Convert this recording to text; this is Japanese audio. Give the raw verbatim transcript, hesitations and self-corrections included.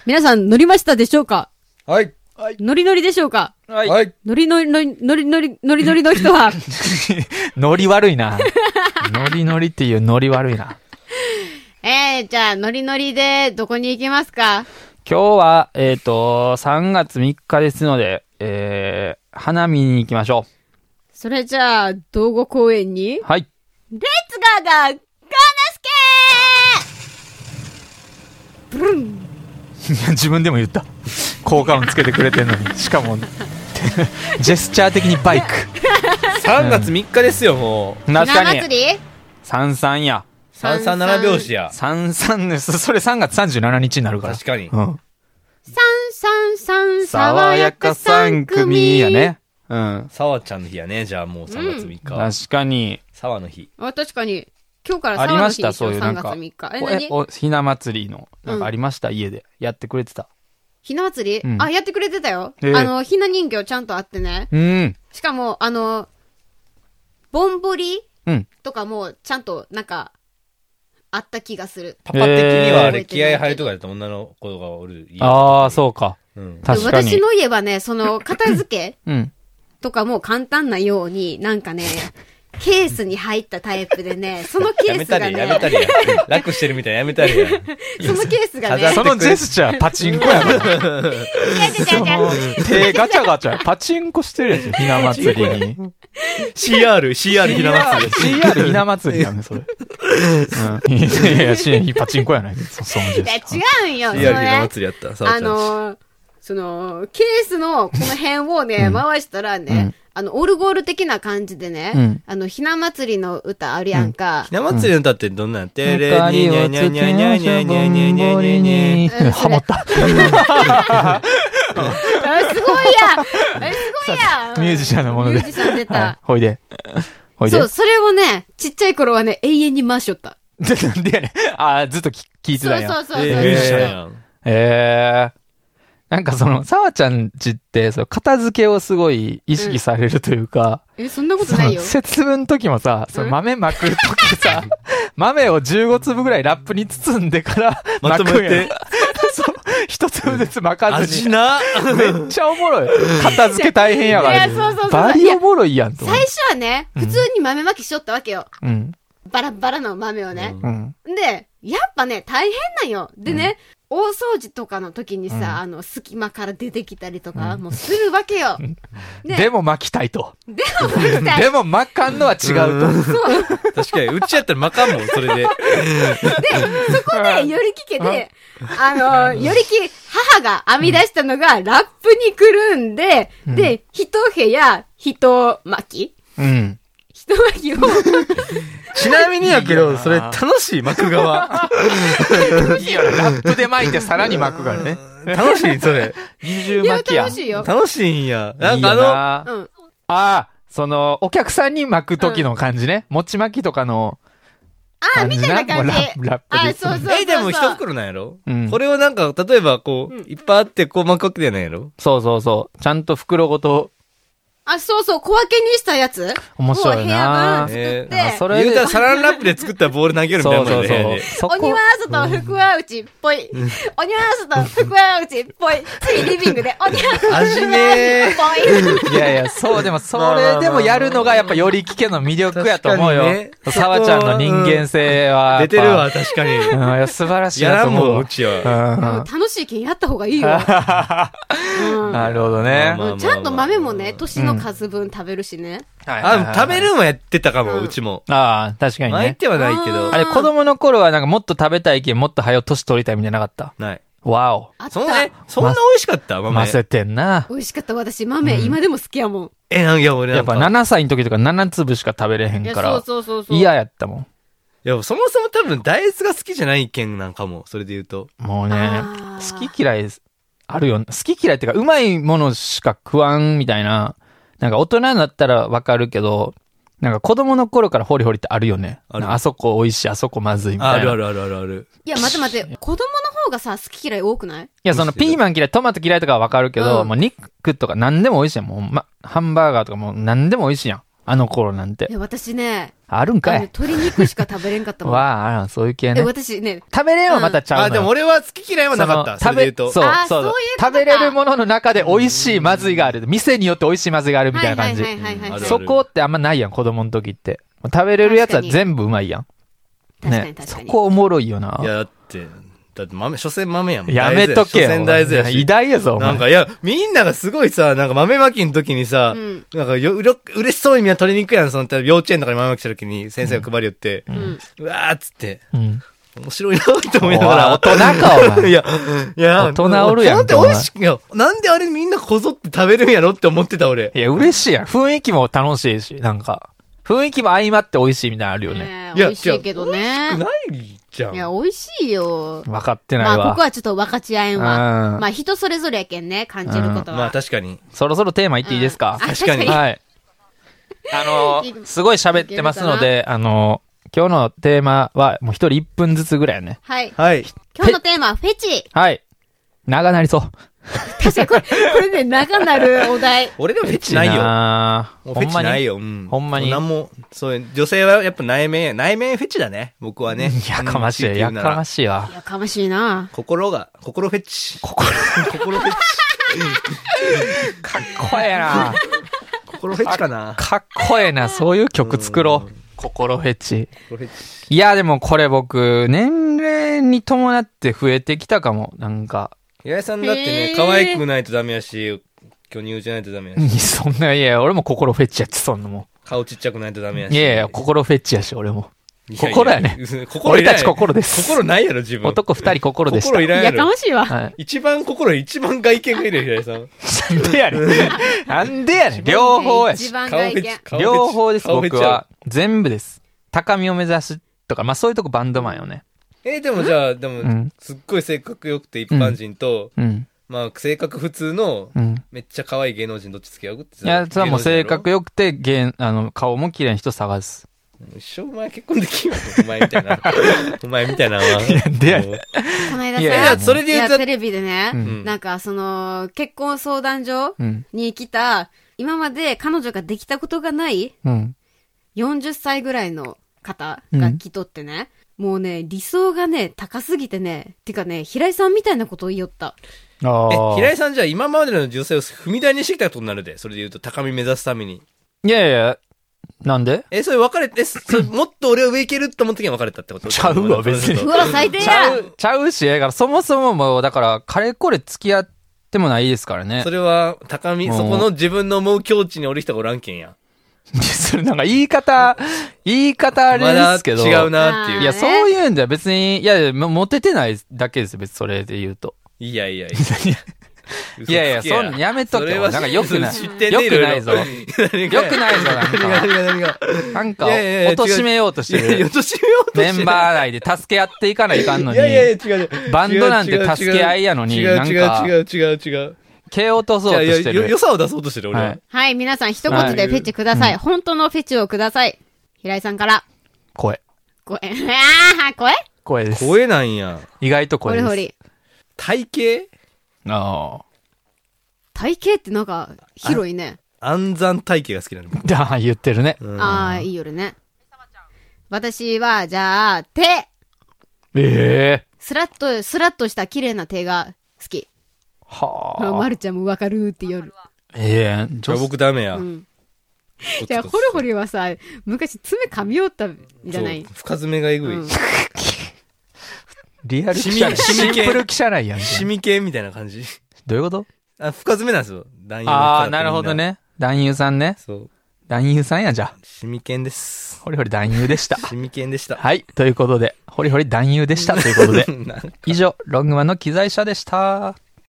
皆さん乗りましたでしょうか？ はい。 ノリノリでしょうか？ はい。はい。 ノリノリノリノリノリノリノリの人はノリ悪いな。ノリノリっていうノリ悪いな。 えー、じゃあノリノリでどこに行きますか？ 今日はえっ、ー、とさんがつみっかですので、えー、花見に行きましょう。 それじゃあ道後公園に。 はい。 レッツゴーゴーゴーナスケー。ブルン。 自分でも言った。効果音つけてくれてんのに。しかもジェスチャー的にバイク。 さんがつみっかですよ、もう。確かに。 ひな祭り？ さんさんや。 さんさんなな拍子や。 さんさんです。それさんがつさんじゅうしちにちになるから。 確かに。 うん。 さんさんさん爽やかさん組やね。うん。 さわちゃんの日やね。じゃあもうさんがつみっか。 うん、確かに。 さわの日。 あ、確かに。今日からさわの日。ありました、 そういうなんか。さんがつみっか。え、何？お、ひな祭りの、なんかありました、うん、家で。やってくれてた。 ひな祭り、うん、あ、やってくれてたよ。 えー、 あの、ひな人形ちゃんとあってね。 うん。 しかも、あの、ぼんぼりうん。 とかも、ちゃんと、なんか、あった気がする。 パパ的にはあれ、気合入るとかだと女の子がおる。 ああ、そうか。 うん。 確かに。 私の家はね、その、片付けうん。 とかも簡単なように、なんかね、ケースに入ったタイプでね、そのケースがね。 やめたりやめたりや。楽してるみたいなやめたりや。 そのケースがね。 そのジェスチャーパチンコやろ。手ガチャガチャ、パチンコしてるやつ、ひな祭りに。 シーアール、シーアール ひな祭り。 シーアール ひな祭りやね、それ。うん。いやいや、シーパチンコやないそそのジェスチャー。違うんよ。 シーアール ひな祭りやった。 あのー、その、ケースのこの辺をね、うん、回したらね、うんあの、オルゴール的な感じでね、うん、あの、ひな祭りの歌あるやんか。 ひな祭りの歌ってどんなんてれににゃにゃにゃにゃにゃにゃにゃにゃにゃにゃハモった。 すごいやあすごいやミュージシャンのもので。 ミュージシャン出た。はい、 ほいで。ほいで。 そう、それをね、ちっちゃい頃はね、永遠に回しよった。 なんでやねあずっと聞いてたんや。 そうそうそうそう。 ミュージシャンやん。 えー。なんかその、さわちゃんちって、その片付けをすごい意識されるというか。 うん、え、そんなことないよ。 節分の時もさ、その豆巻く時さ、豆をじゅうごつぶぐらいラップに包んでから巻くんや。まとめて。そう、一粒ずつ巻かずに。 味なめっちゃおもろい。片付け大変やから。 いや、そうそうそう。 バリおもろいやんと。 最初はね、普通に豆巻きしよったわけよ。 うん。 バラバラの豆をね。 うん。 で、やっぱね、大変なんよ。でね、うん大掃除とかの時にさ、うん、あの、隙間から出てきたりとか、うん、もうするわけよ。 ね、でも巻きたいと。 でも巻きたい。 でも巻かんのは違うと。うん、 そう。 確かに、うちやったら巻かんもん、それで。で、 そこで、よりき家で、あの、よりき母が編み出したのが、ラップにくるんで、うん、で、一部屋、一巻きうん。 一巻きを。 ちなみにやけど、それ楽しい巻く側。 いいよね。ラップで巻いてさらに巻くからね。 楽しいそれ。 二重巻きや。 楽しいよ。 楽しいんや。なんかあの、うん、ああ、その、お客さんに巻く時の感じね。うん、餅巻きとかの。 ああ、みたいな感じ。 ラップで。 あ、そうそうそう。 え、でも一袋なんやろうん。これをなんか、例えばこう、うん、いっぱいあってこう巻くわけじゃないやろそうそうそう。ちゃんと袋ごと。 あ、そうそう、小分けにしたやつ面白いなぁ。作って。 えー、それ言うたらサランラップで作ったボール投げるみたいなもんね。そうそうそう。鬼は外、福は内っぽい。鬼は外、福は内っぽい。次リビングで、鬼は外、 味ねー。 いやいや、そう、でもそれでもやるのがやっぱより聞けの魅力やと思うよ。さわちゃんの人間性は。 出てるわ、確かに。 うん、いや素晴らしいなと思う。 やらんもん、うちは。 楽しいけんやった方がいいよ。 なるほどね。 ちゃんと豆もね、年の数分食べるしね。 あ、食べるんはやってたかも、うちも。 ああ、確かにね。 巻いてはないけど。 あれ、子供の頃はなんかもっと食べたいけん、もっと早よ年取りたいみたいななかった？ ない。 わお。 そんな、そんな美味しかった豆。 混ぜてんな。 美味しかった、私、豆、今でも好きやもん。 え、なんや、俺やっぱななさいの時とかななつぶしか食べれへんから。 そうそうそうそう。 嫌やったもん。 いや、そもそも多分大豆が好きじゃないけんなんかも、それで言うと。 もうね、好き嫌いあるよ。好き嫌いってか、うまいものしか食わんみたいな。なんか大人になったらわかるけど、なんか子供の頃からホリホリってあるよね。ある。あそこ美味しい、あそこまずいみたいな。 あるあるあるあるある。 いや、待って待って、子供の方がさ、好き嫌い多くない？いや、そのピーマン嫌い、トマト嫌いとかはわかるけど、うん、もう肉とか何でも美味しいやん。もう、ま、ハンバーガーとかもう何でも美味しいやん。 あの頃なんて。 え、私ね、 あるんかい。 あの鶏肉しか食べれんかったもん。 わあ、あら、そういう系え、 ね。 私ね、 食べれんはまたちゃうのよ。 あ、でも俺は好き嫌いはなかった。そそのれで言うと。 そうあ、 そうそういうことか食べれるものの中で美味しい、まずいがある。店によって美味しい、まずいがあるみたいな感じ。 はいはいはいはいはい、 うんそこってあんまないやん、子供の時って。食べれるやつは全部うまいやん。 確かにね。 確かに。 そこおもろいよな。 いや、だって、だって豆、所詮豆やもん。 やめとけよ。 所詮大豆やし。 偉大やぞ、お前。 なんか、いや、みんながすごいさ、なんか豆まきの時にさ、 うんなんかよ、うれ嬉しそうにみんな鶏肉やん、その、幼稚園とかに豆まきした時に先生が配り寄って、ううん。 わーっつって、 うん。 面白いなって思いながら。 おい大人かお前いや、いや、 大人おるやんなんで美味しい、いや、なんであれみんなこぞって食べるんやろって思ってた俺。 いや、嬉しいやん。雰囲気も楽しいし、なんか。雰囲気も相まって美味しいみたいなのあるよね。 ねいや美味しいけどね。 ないじゃん。 いや、美味しいよ。 分かってないわ。 まあ、ここはちょっと分かち合えんわ。 うんまあ、人それぞれやけんね、感じることは。 まあ確かに。 そろそろテーマいっていいですか、 うんあ確かにはい。あのー、すごい喋ってますので、あのー、今日のテーマはもう一人いっぷんずつぐらいやね。 はい。 はい。 今日のテーマはフェチ。 はい。長なりそう。 確かにこれ、これね、長なるお題。 俺でもフェチないよ。 なもうフェチないよ。 よ。うん。 ほんまになんも、そういう、女性はやっぱ内面、内面フェチだね。僕はね。 やかましい、 うんやかましいわ。 やかましいな。 心が、心フェチ。 心、 心フェチ。 かっこええな。 心フェチかな。 かっこええな。そういう曲作ろう。心フェチ。 心フェチ。 いや、でもこれ僕、年齢に伴って増えてきたかも。なんか。 八重さんだってねへ、ー可愛くないとダメやし、巨乳じゃないとダメやし、 そんな、いや、俺も心フェチやって、そんなも顔ちっちゃくないとダメやん。 し。 いやいや、心フェチやし、俺も。 いやいや心やね。 心いらない俺たち心です。 心ないやろ、自分。 男二人心でした。 心いらんやろやかま。しいわ。 はい。 一番心、一番外見がいるよ、平井さん。 なんでやねん。なんでやねん。両方や一し。 番外見。 顔フェチ。顔フェチ両方です、 顔フェチ僕は。全部です。高みを目指すとか、まあそういうとこバンドマンよね。 えーでもじゃあ、でも、 うんすっごい性格良くて一般人と、 うん。 まあ、性格普通の、 うん。 めっちゃ可愛い芸能人どっち付き合うっていや、それはもう性格よ。 良くて、芸、あの、顔も綺麗な人探す。 一生お前結婚できんわ、お前みたいな。お前みたいなのは。 でやもうこの間さ、 いやいやそれで言うといやテレビでね、 うんなんかその、結婚相談所うん。 に来た、今まで彼女ができたことがないうん。 よんじゅっさいぐらいの方が来とってね、もうね、理想がね、高すぎてね、てかね、平井さんみたいなことを言いよった。 え、 ああ。 平井さんじゃあ今までの女性を踏み台にしてきたことになるで。それで言うと高み目指すために。 いやいや、なんでえ、それ別れて、え、それもっと俺は上行けると思った時に別れたってことちゃうわ別にうわ、最低ちゃやう、ちゃうし、だからそもそももう、だから、かれこれ付き合ってもないですからねそ。れは、高み、 もうそこの自分の思う境地におる人がおらんけんや。 それなんか言い方、言い方あれまだですけど。 違うなっていう。 いや、 ねそういうんじゃ別に、いやいや、もモテてないだけですよ、別にそれで言うと。 いやいやいいやいや、 嘘つけそんやめとけよ。 それはなんか良くない。 知ってんね良くないぞ。 何が良くないぞ、なん何が何か。 が何が。 なんか、 いやいやいや貶としめようとしていやいや、 る。 貶しめようとしてメンバー内で助け合っていかないかんのに。 いやいやいや、違う違う。 バンドなんて助け合いやのに違うなんか違う違う違う違う。 蹴落とそうといやいや、よしてる。 良さを出そうとしてる、俺は。。 はいはい、皆さん一言でフェチください。本当のフェチをください。平井さんから。 声。 声。ああ、声声です。 声なんや。 意外と声です。 ほりほり。 体型ああ。 体型ってなんか、広いね。 暗算体型が好きなの。 じゃあ、言ってるね。 うんああ、いい夜ね。私は、じゃあ、手。 ええスラッと、スラッとした綺麗な手が好き。 はあ。 まるちゃんもわかるって夜。 ええじゃあ僕ダメや。 うん。じゃあ、ホリホリはさ、昔爪噛み寄ったんじゃないそう深爪がえぐい。 うんリアル記者内。 シミシミ系シンプル記者内やん。 シミ系みたいな感じ。 どういうことあ、深爪なんですよ。男優のああ、 方なるほど。ね。男優さんね。 そう。 男優さんや、じゃあ。 シミ犬です。 ホリホリ男優でした。 シミ犬でした。 はい。ということで、ホリホリ男優でした。ということで、 なんか以上、ロングマンの機材車でした。